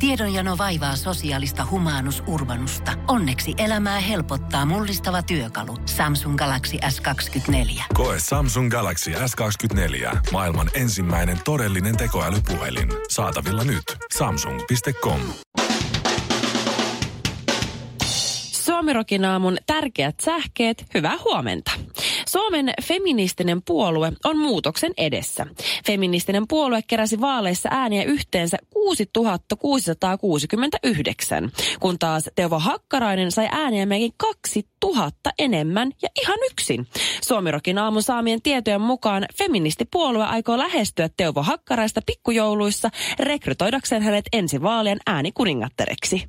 Tiedonjano vaivaa sosiaalista humanus urbanusta. Onneksi elämää helpottaa mullistava työkalu. Samsung Galaxy S24. Koe Samsung Galaxy S24. Maailman ensimmäinen todellinen tekoälypuhelin. Saatavilla nyt. Samsung.com. Suomirokin aamun tärkeät sähkeet, hyvää huomenta. Suomen feministinen puolue on muutoksen edessä. Feministinen puolue keräsi vaaleissa ääniä yhteensä 6669, kun taas Teuvo Hakkarainen sai ääniä mekin 2000 enemmän ja ihan yksin. Suomirokin aamun saamien tietojen mukaan feministipuolue aikoo lähestyä Teuvo Hakkaraista pikkujouluissa rekrytoidakseen hänet ensi vaalien äänikuningattereksi.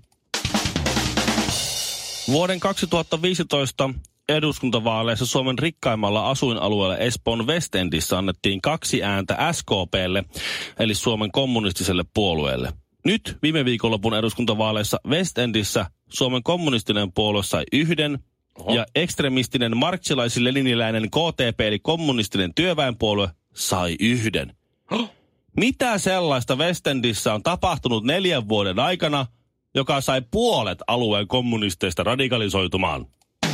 Vuoden 2015 eduskuntavaaleissa Suomen rikkaimmalla asuinalueella Espoon West Endissä annettiin 2 ääntä SKP:lle, eli Suomen kommunistiselle puolueelle. Nyt viime viikonlopun eduskuntavaaleissa West Endissä Suomen kommunistinen puolue sai 1 ja ekstremistinen marksilais-leniniläinen KTP eli kommunistinen työväenpuolue sai 1. Mitä sellaista West Endissä on tapahtunut 4 vuoden aikana, joka sai puolet alueen kommunisteista radikalisoitumaan?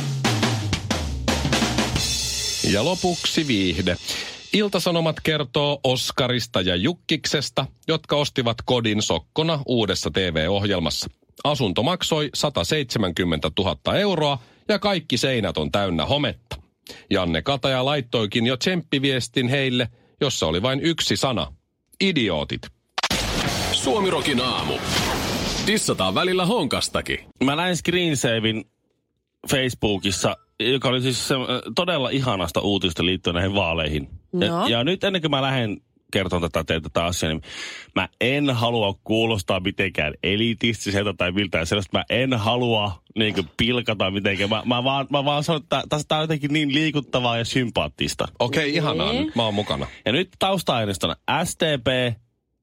Ja lopuksi viihde. Ilta-Sanomat kertoo Oskarista ja Jukkiksesta, jotka ostivat kodin sokkona uudessa TV-ohjelmassa. Asunto maksoi 170 000 euroa ja kaikki seinät on täynnä hometta. Janne Kataja laittoikin jo tsemppiviestin heille, jossa oli vain yksi sana. Idiootit. Suomirokin aamu. Dissataan välillä honkastakin. Mä näin screensavein Facebookissa, joka oli siis todella ihanasta uutista liittyen näihin vaaleihin. No. Ja nyt ennen kuin mä lähden kertomaan tätä asiaa, niin mä en halua kuulostaa mitenkään elitistiseltä tai miltään sellaista. Mä en halua pilkata mitenkään. Mä vaan sanon, että tämä on jotenkin niin liikuttavaa ja sympaattista. Okei, ihanaa. Nyt mä oon mukana. Ja nyt tausta-aineistona SDP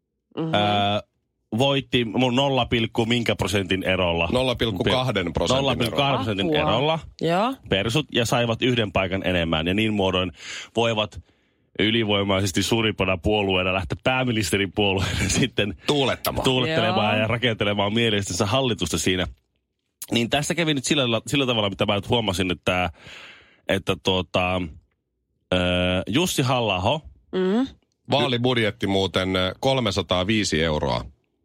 voitti mun 0, prosentin erolla. 0,2 prosentin erolla. Joo. Persut ja saivat 1 paikan enemmän. Ja niin muodoin voivat ylivoimaisesti suurimpana puolueena lähteä pääministeripuolueena sitten tuulettelemaan ja rakentelemaan mielestensä hallitusta siinä. Niin tässä kävi nyt sillä tavalla, mitä mä nyt huomasin, että Jussi Halla-aho. Vaalibudjetti muuten 305 euroa.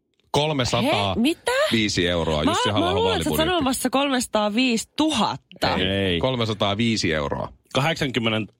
305 euroa. Jussi Halla-ahon mä luulen, että sä sanomassa 305 000. Ei. 305 euroa. 80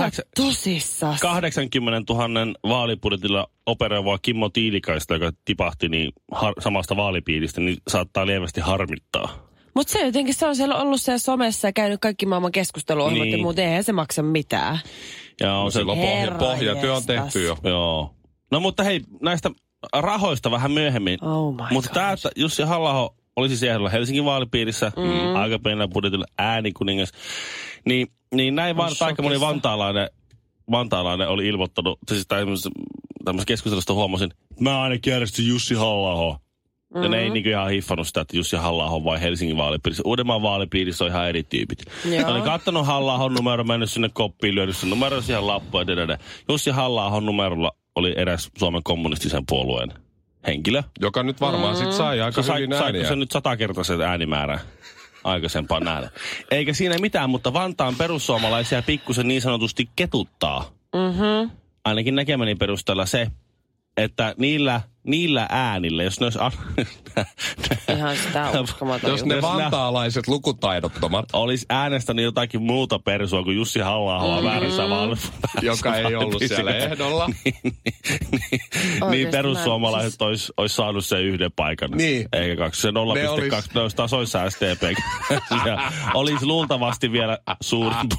000 vaalibudjetilla operoivaa Kimmo Tiilikaista, joka tipahti samasta vaalipiiristä, niin saattaa lievästi harmittaa. Mutta se on siellä ollut siellä somessa ja käynyt kaikki maailman keskusteluohjelmat ja muuten, eihän se maksa mitään. Ja silloin pohjatyö on tehty jo. Joo. No mutta hei, näistä rahoista vähän myöhemmin. Mutta tämä, että Jussi Halla-aho oli siis ehdolla Helsingin vaalipiirissä, aika pienellä budjetilla äänikuningas, niin näin vaan aika moni vantaalainen oli ilmoittanut, siis tämmöisessä keskustelusta huomasin, että mä ainakin äänestin Jussi Halla-aho. Ja ne ei ihan hiffannut sitä, että Jussi Halla-aho on vain Helsingin vaalipiirissä. Uudenmaan vaalipiirissä on ihan eri tyypit. Ne oli kattonut Halla-ahon numero, mennyt sinne koppiin, lyönyt sen numero siihen lappuun ja Jussi Halla-ahon numerolla oli eräs Suomen kommunistisen puolueen henkilö. Joka nyt varmaan sit sai aika hyvin ääniä. Saiko se nyt 100-kertaisen äänimäärän aikaisempaan nähdä? Eikä siinä mitään, mutta Vantaan perussuomalaisia pikkusen niin sanotusti ketuttaa. Ainakin näkemäni perusteella se, että niillä äänillä, jos ne olisi... Ihan sitä uskomaton. Jos ne vantaalaiset lukutaidottomat olisi äänestänyt jotakin muuta persua kuin Jussi Halla-ahoa väärässä joka ei ollut siellä ehdolla. niin perussuomalaiset olisi saanut sen 1 paikan. Niin. Eikä 2. Se 0,2 ne olisi tasoissa SDP. Ja olisi luultavasti vielä suurin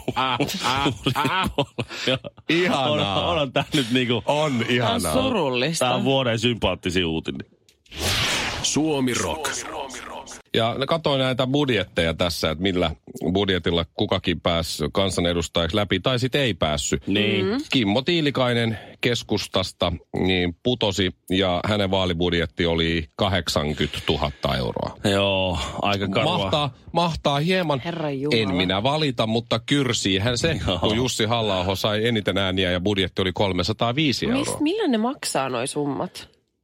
Ihanaa. On tämä nyt niinku... On ihanaa. On surullista. Tämä on vuoden sympaattisi uutinen. Suomi Rock. Ja katsoin näitä budjetteja tässä, että millä budjetilla kukakin pääsi kansanedustajaksi läpi, tai sitten ei päässyt. Niin. Kimmo Tiilikainen keskustasta niin putosi, ja hänen vaalibudjetti oli 80 000 euroa. Joo, aika karua. Mahtaa hieman, en minä valita, mutta kyrsiihän se, kun Jussi Halla-aho sai eniten ääniä ja budjetti oli 305 euroa. Millä ne maksaa noi summat?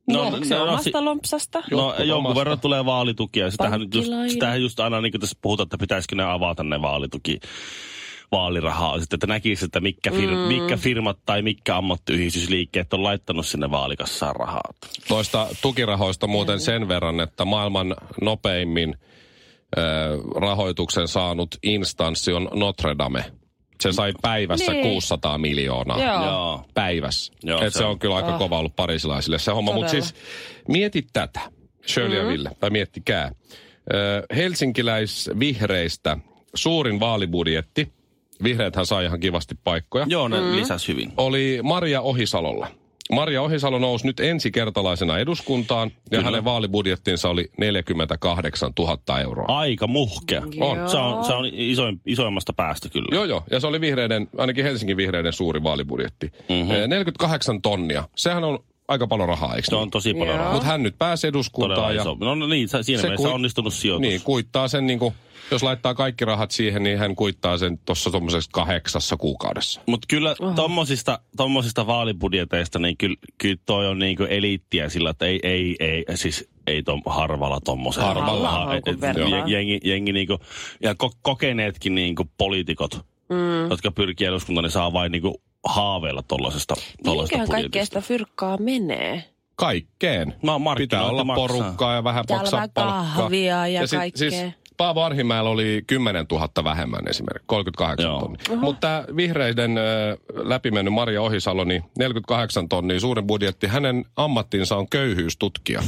Onko se omasta lompsasta? No jonkun verran tulee vaalitukia. Sitähän just aina niin kuin tässä puhutaan, että pitäisikö ne avata ne vaalirahaa. Sitten, että näkisi, että mitkä firmat tai mitkä ammattiyhdistysliikkeet on laittanut sinne vaalikassaan rahaa. Toista tukirahoista muuten sen verran, että maailman nopeimmin rahoituksen saanut instanssi on Notre Dame. Se sai päivässä 600 miljoonaa. Joo. Päivässä. Se on kyllä aika kova ollut parisilaisille se homma. Mutta siis mieti tätä, Shirley ja Ville, tai miettikää. Helsinkiläisvihreistä suurin vaalibudjetti, vihreäthän sai ihan kivasti paikkoja. Joo, ne lisäsi hyvin. Oli Maria Ohisalolla. Maria Ohisalo nousi nyt ensikertalaisena eduskuntaan ja hänen vaalibudjettinsa oli 48 000 euroa. Aika muhkea. On. Se on isoimmasta päästä kyllä. Joo. Ja se oli vihreiden, ainakin Helsingin vihreiden suuri vaalibudjetti. 48 tonnia. Sehän on aika paljon rahaa, eikö? Se on tosi paljon rahaa. Mutta hän nyt pääsi eduskuntaan. Ja no niin, siinä mielessä onnistunut sijoitus. Niin, kuittaa sen niinku, jos laittaa kaikki rahat siihen, niin hän kuittaa sen tuossa tuommoisessa 8 kuukaudessa. Mutta kyllä tommosista vaalibudjeteista, niin kyllä toi on niinku eliittiä sillä, että ei harvalla tommosella. Harvalla jengi niinku, ja kokeneetkin niinku poliitikot, jotka pyrkii eduskuntaan, niin saa vain niinku haaveilla tollasesta budjetista. Kaikkea sitä fyrkkaa menee? Kaikkeen. Pitää olla porukkaa ja vähän maksaa palkkaa. Kahvia ja kaikkea. Siis Paavo Arhimäellä oli 10 000 vähemmän esimerkiksi, 38 tonnia. Mutta tämä vihreiden läpimennyt Maria Ohisalo, niin 48 tonnia suurin budjetti. Hänen ammattinsa on köyhyystutkija.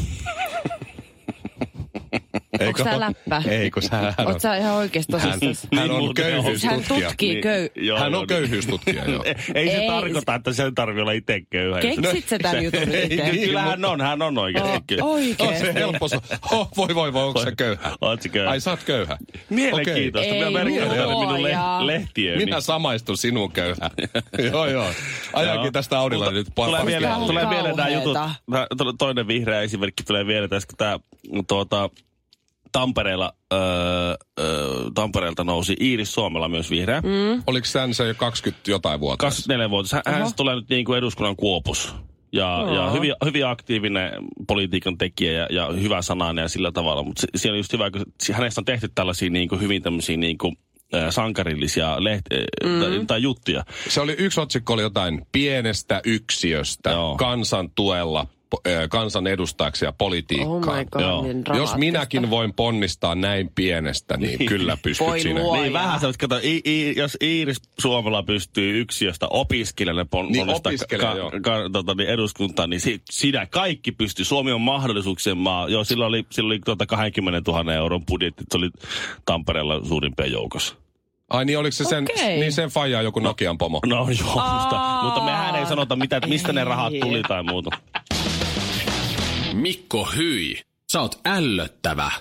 Onko tää läppä? Ei, kun Oletko sä ihan oikeasti tosissaan? Hän on köyhyystutkija. Hän tutkii Hän on köyhyystutkija, joo. Ei se tarkoita, että sen tarvii olla itse köyhä. Keksit sä tämän jutun itse? Kyllä hän on oikeasti. Oikeesti? On se helppo. Voi, onko se köyhä? Oot se köyhä? Ai sä oot köyhä. Mielenkiintoista. Minä merkitään minun lehtiöön. Minä samaistun sinun köyhään. Joo. Ajankin tästä Audilla nyt Tulee mieleen nämä jutut. Toinen vihreä esimerkki tulee vielä tässä, kun tämä Tampereelta nousi Iiris Suomela myös vihreä. Oliko hän se jo 20 jotain vuotta? 24-vuotias. Hän tulee nyt niin kuin eduskunnan kuopus. Ja hyvin aktiivinen politiikan tekijä ja hyvä sanainen ja sillä tavalla. Mutta siellä on just hyvä, kun hänestä on tehty tällaisia niin kuin hyvin tämmöisiä niin kuin sankarillisia tai juttuja. Se oli yksi otsikko, oli jotain pienestä yksiöstä kansan tuella kansan edustajaksi ja politiikkaan. Oh my God, niin jos minäkin voin ponnistaa näin pienestä, niin kyllä pystyt sinne. Niin vähän se, että jos Iiris Suomela pystyy yksiöstä opiskelijalle ponnistaa eduskuntaan, niin siinä kaikki pystyy. Suomi on mahdollisuuksien maa. Joo, silloin oli 20 000 euron budjetti, se oli Tampereella suurimpia joukossa. Ai niin, oliko se sen faijaa joku Nokian pomo? No joo, mutta mehän ei sanota, mistä ne rahat tuli tai muuta. Mikko, hyi. Sä oot ällöttävä.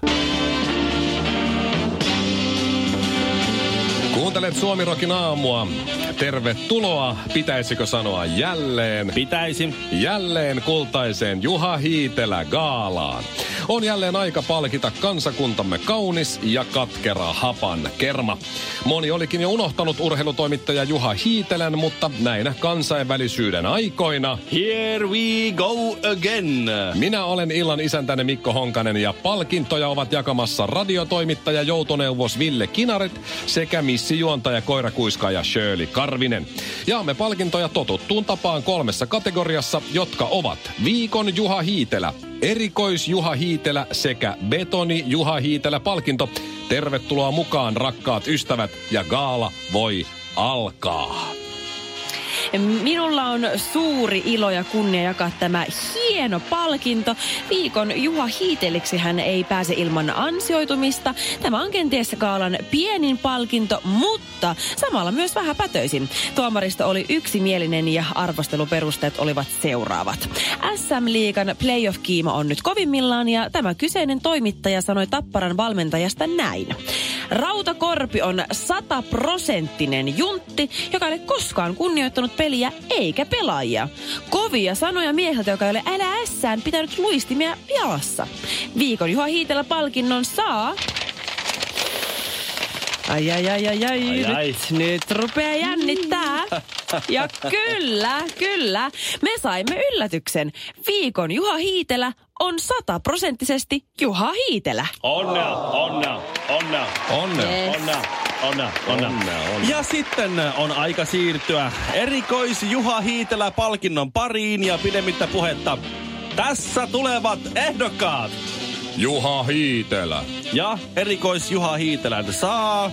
Kuuntelet Suomi-rokin aamua. Tervetuloa, pitäisikö sanoa jälleen? Pitäisi. Jälleen kultaiseen Juha Hiitelä gaalaan. On jälleen aika palkita kansakuntamme kaunis ja katkera hapan kerma. Moni olikin jo unohtanut urheilutoimittaja Juha Hiitelän, mutta näinä kansainvälisyyden aikoina... Here we go again! Minä olen illan isäntäne Mikko Honkanen ja palkintoja ovat jakamassa radiotoimittaja joutoneuvos Ville Kinaret sekä missijuontaja koirakuiskaaja Shirley Karvinen. Jaamme palkintoja totuttuun tapaan 3 kategoriassa, jotka ovat Viikon Juha Hiitelä, Erikois Juha Hiitelä sekä Betoni Juha Hiitelä palkinto. Tervetuloa mukaan, rakkaat ystävät, ja gaala voi alkaa. Minulla on suuri ilo ja kunnia jakaa tämä hieno palkinto. Viikon Juha Hiiteliksi hän ei pääse ilman ansioitumista. Tämä on kenties gaalan pienin palkinto, mutta samalla myös vähän pätöisin. Tuomaristo oli yksimielinen ja arvosteluperusteet olivat seuraavat. SM-liigan playoff-kiima on nyt kovimmillaan ja tämä kyseinen toimittaja sanoi Tapparan valmentajasta näin. Rautakorpi on 100% juntti, joka ei ole koskaan kunnioittanut peliä eikä pelaajia. Kovia sanoja mieheltä, joka ei ole ässään pitänyt luistimia jalassa. Viikon Juha Hiitelä palkinnon saa... Ai. Nyt rupeaa jännittää. Ja kyllä, me saimme yllätyksen. Viikon Juha Hiitelä on 100% Juha Hiitelä. Onnea. Ja sitten on aika siirtyä erikois-Juha Hiitelä-palkinnon pariin ja pidemmittä puhetta. Tässä tulevat ehdokkaat. Juha Hiitelä. Ja erikois-Juha Hiitelän saa...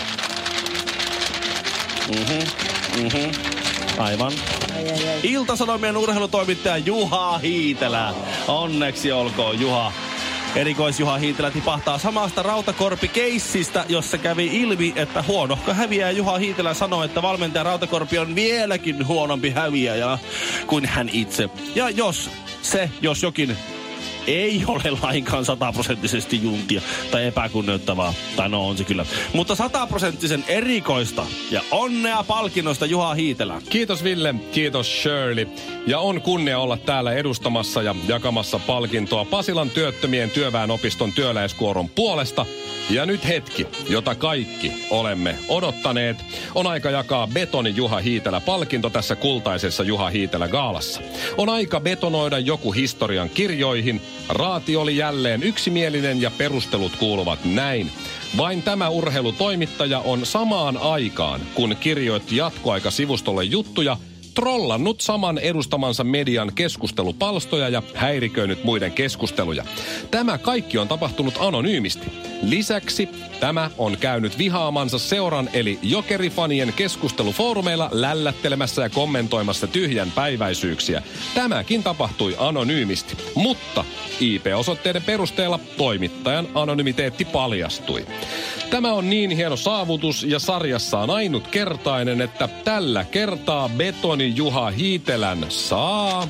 Aivan. Ilta-Sanomien urheilutoimittaja Juha Hiitelä. Onneksi olkoon, Juha. Erikois-Juha Hiitelä tipahtaa samasta rautakorpikeissistä, jossa kävi ilmi, että huonohko häviää. Juha Hiitelä sanoi, että valmentaja Rautakorpi on vieläkin huonompi häviäjä kuin hän itse. Ja jos jokin ei ole lainkaan 100% juntia tai epäkunnioittavaa. Tai no on se kyllä. Mutta 100% erikoista ja onnea palkinnosta Juha Hiitelä. Kiitos Ville, kiitos Shirley. Ja on kunnia olla täällä edustamassa ja jakamassa palkintoa Pasilan työttömien työväenopiston työläiskuoron puolesta. Ja nyt hetki, jota kaikki olemme odottaneet. On aika jakaa Betoni Juha Hiitelä palkinto tässä kultaisessa Juha Hiitelä gaalassa. On aika betonoida joku historian kirjoihin. Raati oli jälleen yksimielinen ja perustelut kuuluvat näin. Vain tämä urheilutoimittaja on samaan aikaan, kun kirjoitti jatkoaikasivustolle juttuja, trollannut saman edustamansa median keskustelupalstoja ja häiriköinyt muiden keskusteluja. Tämä kaikki on tapahtunut anonyymisti. Lisäksi tämä on käynyt vihaamansa seuran eli jokerifanien keskustelufoorumeilla lällättelemässä ja kommentoimassa tyhjänpäiväisyyksiä. Tämäkin tapahtui anonyymisti, mutta IP-osoitteiden perusteella toimittajan anonymiteetti paljastui. Tämä on niin hieno saavutus ja sarjassaan ainutkertainen, että tällä kertaa Betoni Juha Hiitelän saa...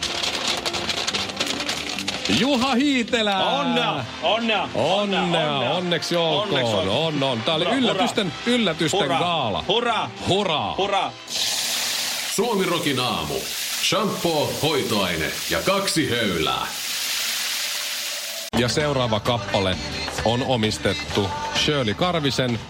Juha Hiitelä! Onnea! Onneksi olkoon. On. Tää oli yllätysten gaala. Hurraa! Suomirokin aamu. Shampoo, hoitoaine ja 2 höylää. Ja seuraava kappale on omistettu Shirley Karvisen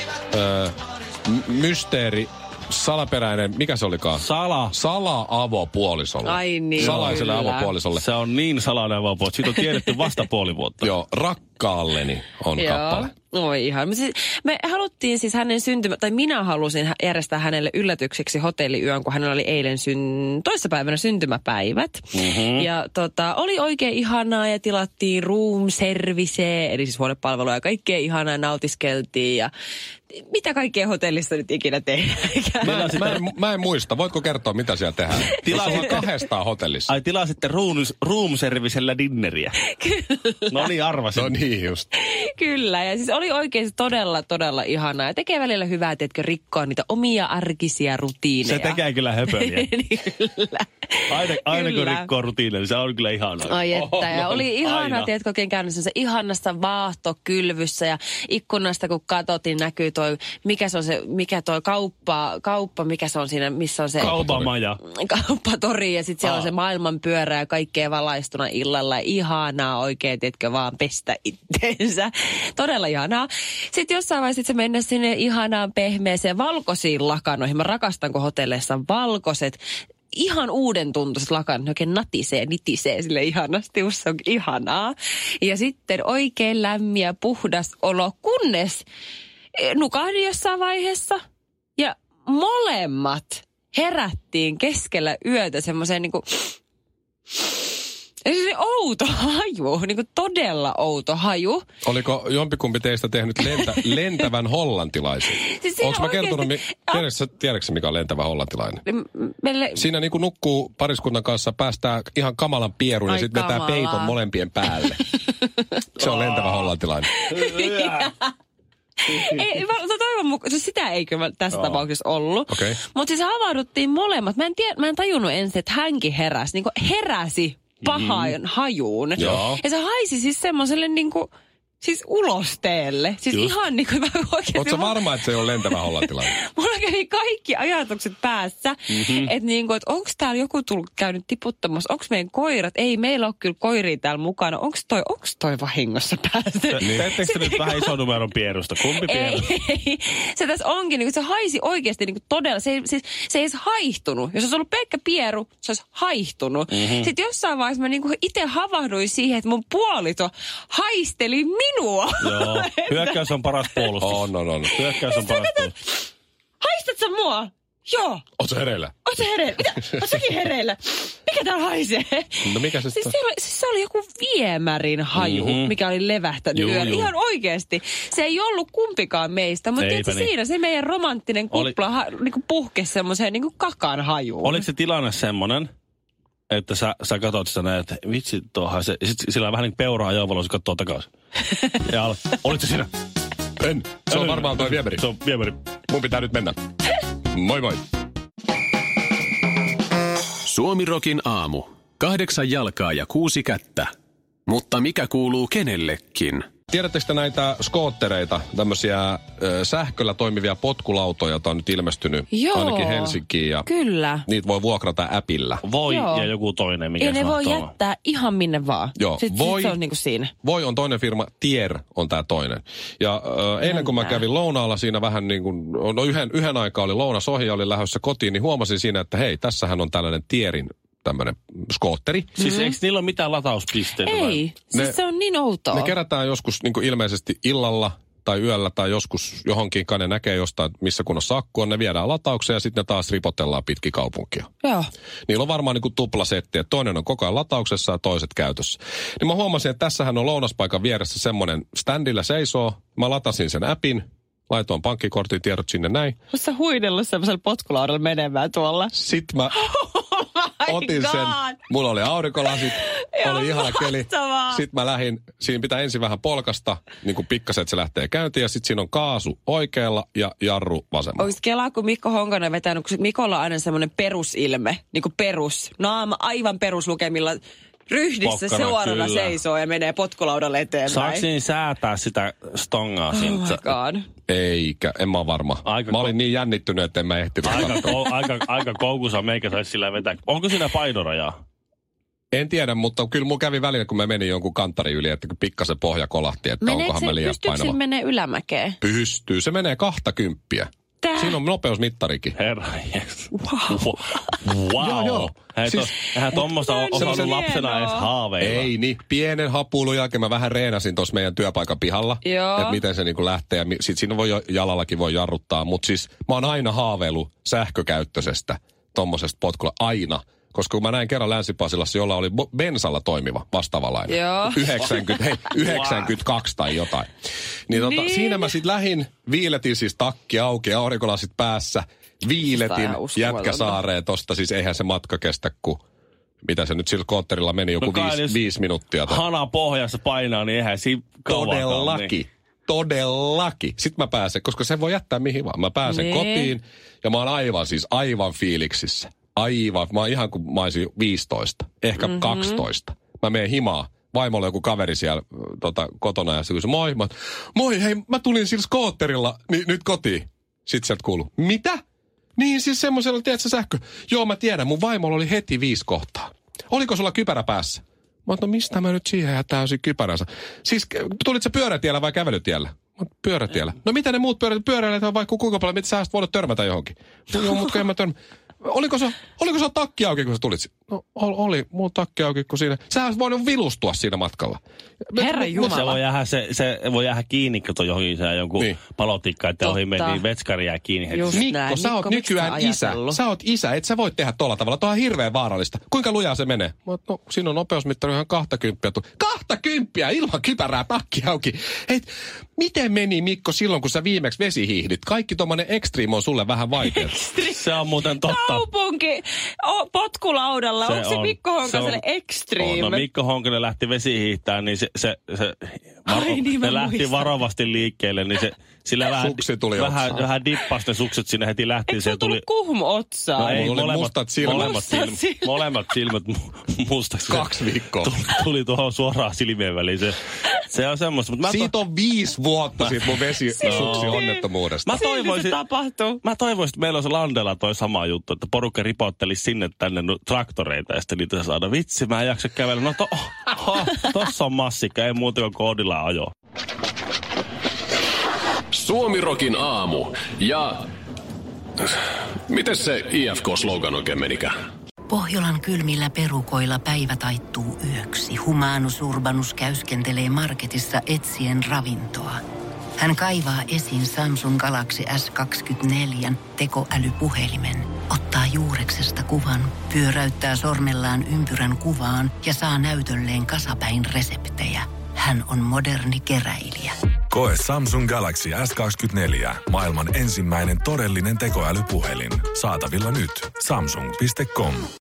mysteeri, salaperäinen, mikä se olikaan? Sala-avopuolisolle. Ai niin. Salaiselle avopuolisolle. Se on niin salainen avopuoliso. Siitä on tiedetty vasta puoli vuotta. Joo, rakkaalleni on kappale. Oi ihan. Me haluttiin siis hänen minä halusin järjestää hänelle yllätykseksi hotelliyön, kun hänellä oli eilen toissapäivänä syntymäpäivät. Mm-hmm. Ja oli oikein ihanaa ja tilattiin room service, eli siis huonepalvelua ja kaikkea ihanaa nautiskeltiin ja mitä kaikkea hotellissa nyt ikinä tehdään? Mä en muista. Voitko kertoa, mitä siellä tehdään? Tilasitte 200 hotellissa. Ai tilasitte room servicellä dinneriä. Kyllä. No niin, arvasin. No niin just. Kyllä, ja siis oli oikein todella ihanaa. Ja tekee välillä hyvää, teetkö, rikkoa niitä omia arkisia rutiineja. Se tekee kyllä höpöliä. Kyllä. Aina kun rikkoo rutiineja, se on kyllä ihanaa. Ai että, ja oli ihanaa, teetkö, oikein käynyt se ihanassa vaahtokylvyssä ja ikkunasta kun katsottiin, näkyy mikä toi kauppa, mikä se on siinä, missä on se... Kauppatori ja sitten siellä on se maailmanpyörä ja kaikkea valaistuna illalla. Ihanaa oikein, tiedätkö, vaan pestä itteensä. Todella ihanaa. Sitten jossain vaiheessa se mennä sinne ihanaan pehmeeseen valkoisiin lakanoihin. Mä rakastan, kun hotelleissa on valkoiset. Ihan uuden tuntuiset lakanat, oikein nitisee sille ihanasti, se on ihanaa. Ja sitten oikein lämmin ja puhdas olo, kunnes nukahdin jossain vaiheessa ja molemmat herättiin keskellä yötä semmoiseen niinku outo haju, niinku todella outo haju. Oliko jompikumpi teistä tehnyt lentävän hollantilaisen? Siis onko mä kertonut, tiedätkö mikä on lentävä hollantilainen? Siinä niinku nukkuu pariskunnan kanssa, päästää ihan kamalan pierun ja sitten vetää peiton molempien päälle. Se on lentävä hollantilainen. Ei, toivon mukaan, sitä ei kyllä tässä tapauksessa ollut. Okay. Mutta siis havahduttiin molemmat. Mä en tajunnut ensin, että hänkin heräsi. Niin heräsi pahaan hajuun. Joo. Ja se haisi siis semmoiselle niinku siis ulosteelle. Siis just. Ihan niin kuin oikeasti... Ootko varma, että se on lentävä hollantilainen? Mulla kävi kaikki ajatukset päässä, että niinku, et onko täällä joku käynyt tiputtamassa, onko meidän koirat? Ei, meillä ole kyllä koiria täällä mukana. Onko toi vahingossa päässyt? Niin. Teettekö te nyt vähän ison numeron pierusta? Kumpi pieru? Ei. Se tässä onkin, niin se haisi oikeasti niin todella. Se ei edes haihtunut. Jos olisi ollut pelkkä pieru, se olisi haihtunut. Sitten jossain vaiheessa mä niin itse havahduin siihen, että mun puolito haisteli minua. Joo, hyökkäys on paras puolustus. On. Hyökkäys on paras puolustus. Haistat sä mua? Joo. Ootko hereillä? Ootko hereillä? Mitä? Oot säkin hereillä? Mikä täällä haisee? No mikä se sitten on? Se oli joku viemärin haju, mikä oli levähtänyt yöllä. Ihan oikeasti. Se ei ollut kumpikaan meistä, mutta tietysti niin. Siinä se meidän romanttinen kupla niinku puhkesi semmoiseen niinku kakan hajuun. Oliko se tilanne semmoinen, että sä katsot sitä näin, että vitsi tuohan se, ja sit sillä on vähän niin peuraa ajovalo, se katsoo takaisin. Ja olitko siinä? En. Se on varmaan toi viemäri. Se on viemäri. Mun pitää nyt mennä. Moi moi. Suomirokin aamu. 8 jalkaa ja 6 kättä. Mutta mikä kuuluu kenellekin? Tiedättekö näitä skoottereita, tämmöisiä sähköllä toimivia potkulautoja, joita on nyt ilmestynyt ainakin Helsinkiin. Ja kyllä. Niitä voi vuokrata appilla. Voi ja joku toinen, mikä ja ne voi jättää ihan minne vaan. Joo. Voi, se on niin kuin siinä. Voi on toinen firma, Tier on tämä toinen. Ja eilen kun mä kävin lounaalla siinä vähän niin kuin, yhden aikaa oli lounas ohi ja oli lähdössä kotiin, niin huomasin siinä, että hei, tässähän on tällainen Tierin tämmöinen skootteri. Siis eikö niillä ole mitään latauspisteitä? Ei, siis se on niin outoa. Ne kerätään joskus niin kuin ilmeisesti illalla tai yöllä tai joskus johonkin, kai ne näkee jostain, missä kunnossa akku on, ne viedään lataukseen ja sitten ne taas ripotellaan pitkin kaupunkia. Joo. Niillä on varmaan niin kuin tuplasetti, että toinen on koko ajan latauksessa ja toiset käytössä. Niin mä huomasin, että tässähän on lounaspaikan vieressä semmoinen standilla seisoo. Mä latasin sen appin, laitoin pankkikortin tiedot sinne näin. Oletko sä huidellut semmoisella potkulaudalla menemään tuolla? Sitten mä otin sen. Mulla oli aurinkolasit, oli ihana keli. Sitten mä lähdin, siinä pitää ensin vähän polkasta, niin kuin pikkasen, että se lähtee käyntiin. Ja sitten siinä on kaasu oikealla ja jarru vasemmalla. Oikeasti kelaa, kun Mikko Honkanen vetänyt, kun Mikolla on aina semmoinen perusilme, niin kuin perus. Naama aivan peruslukemilla. Ryhdissä suorana seisoo ja menee potkulaudalle eteenpäin. Saako niin säätää sitä stongaa siitä? Oh my god. Eikä, en mä ole varma. Mä olin niin jännittynyt, että en mä ehtinyt. Aika koukussa meikä saisi sillä vetää. Onko siinä painoraja? En tiedä, mutta kyllä mun kävi välillä, kun mä menin jonkun kanttari yli, että pikkasen pohja kolahti, että onkohan mä liian painava. Pystyykö se menee ylämäkeen? Pystyy, se menee 20. Siinä on nopeusmittarikin. Herra, yes. Wow. Joo. Eihän tuommoista osannut lapsena edes haaveilla. Ei niin. Pienen hapuilun jälkeen mä vähän reenasin tuossa meidän työpaikan pihalla. Että miten se niinku lähtee. Ja sit siinä voi jalallakin voi jarruttaa. Mutta siis mä oon aina haaveillut sähkökäyttöisestä tommosesta potkulla. Aina. Koska kun mä näin kerran Länsi-Pasilassa, jolla oli bensalla toimiva vastaavalainen. 92 tai jotain. Niin. Siinä mä sit lähin, viiletin siis takki auki ja aurinkolasit päässä. Viiletin Jätkäsaareen tosta, siis eihän se matka kestä, kun mitä se nyt sillä kootterilla meni, joku 5 minuuttia. Hana pohjassa painaa, niin eihän siinä Todellakin. Sitten mä pääsen, koska se voi jättää mihin vaan. Mä pääsen kotiin ja mä oon aivan fiiliksissä. Aivan. Mä oon ihan kuin mä olisin 15, ehkä 12. Mä menen himaan. Vaimolla joku kaveri siellä kotona ja se kysyi, moi, hei, mä tulin sillä skootterilla nyt kotiin. Sitten sieltä kuuluu, mitä? Niin siis semmoisella, tiedätkö sähkö? Joo, mä tiedän, mun vaimolla oli heti 5 kohtaa. Oliko sulla kypärä päässä? Mä oon, no mistä mä nyt siihen ja täysin kypäränsä? Siis tulit sä pyörätiellä vai kävelytiellä? Pyörätiellä. No mitä ne muut pyöräilijät on vaikka kuinka paljon, mitä sä olisit voinut törmätä johonkin? Joo, mutta en mä törmä. Oliko se takki auki, kun sä tulit? No oli mun takki auki, kun siinä. Sä olisit voinut vilustua siinä matkalla. Herra Jumala. Se voi jäädä kiinni, kun johonkin se jonkun palotikka, että ohi meni vetskari jää kiinni. Mikko, sä oot nykyään isä. Sä oot isä, et sä voi tehdä tolla tavalla. Tuo on hirveän vaarallista. Kuinka lujaa se menee? No, siinä on nopeusmittari ihan 20. 20 ilman kypärää, takki auki. Hei, miten meni Mikko silloin, kun sä viimeksi vesihiihdit? Kaikki tommonen extreme on sulle vähän vaikea. Se on muuten totta. Kaupunki potkulaudalla. Onko se Mikko Honkaselle extreme? No Mikko Honkanen lähti vesihiihtään, niin se lähti varovasti liikkeelle, niin sillä vähän dippasi ne sukset sinne heti lähti. Eikö se tuli kuhmo-otsaan? No ei, molemmat silmät mustaksi. 2 viikkoa. Tuli tuohon suoraan silmien väliin se. Se on semmoista. Siitä on 5 vuotta siitä mun vesisuksi onnettomuudesta. Mä toivoisin, että meillä olisi Landella toi sama juttu, että porukka ripauttelisi sinne tänne traktoreita ja sitten niitä saada. Vitsi, mä en jaksa kävellä. No tossa on massikka, ei muuta kuin koodilla ajo. Suomirokin aamu ja... Mites se IFK-slogan oikein menikään? Pohjolan kylmillä perukoilla päivä taittuu yöksi. Humanus Urbanus käyskentelee marketissa etsien ravintoa. Hän kaivaa esiin Samsung Galaxy S24 tekoälypuhelimen, ottaa juureksesta kuvan, pyöräyttää sormellaan ympyrän kuvaan ja saa näytölleen kasapäin reseptejä. Hän on moderni keräilijä. Koe Samsung Galaxy S24. Maailman ensimmäinen todellinen tekoälypuhelin. Saatavilla nyt. Samsung.com.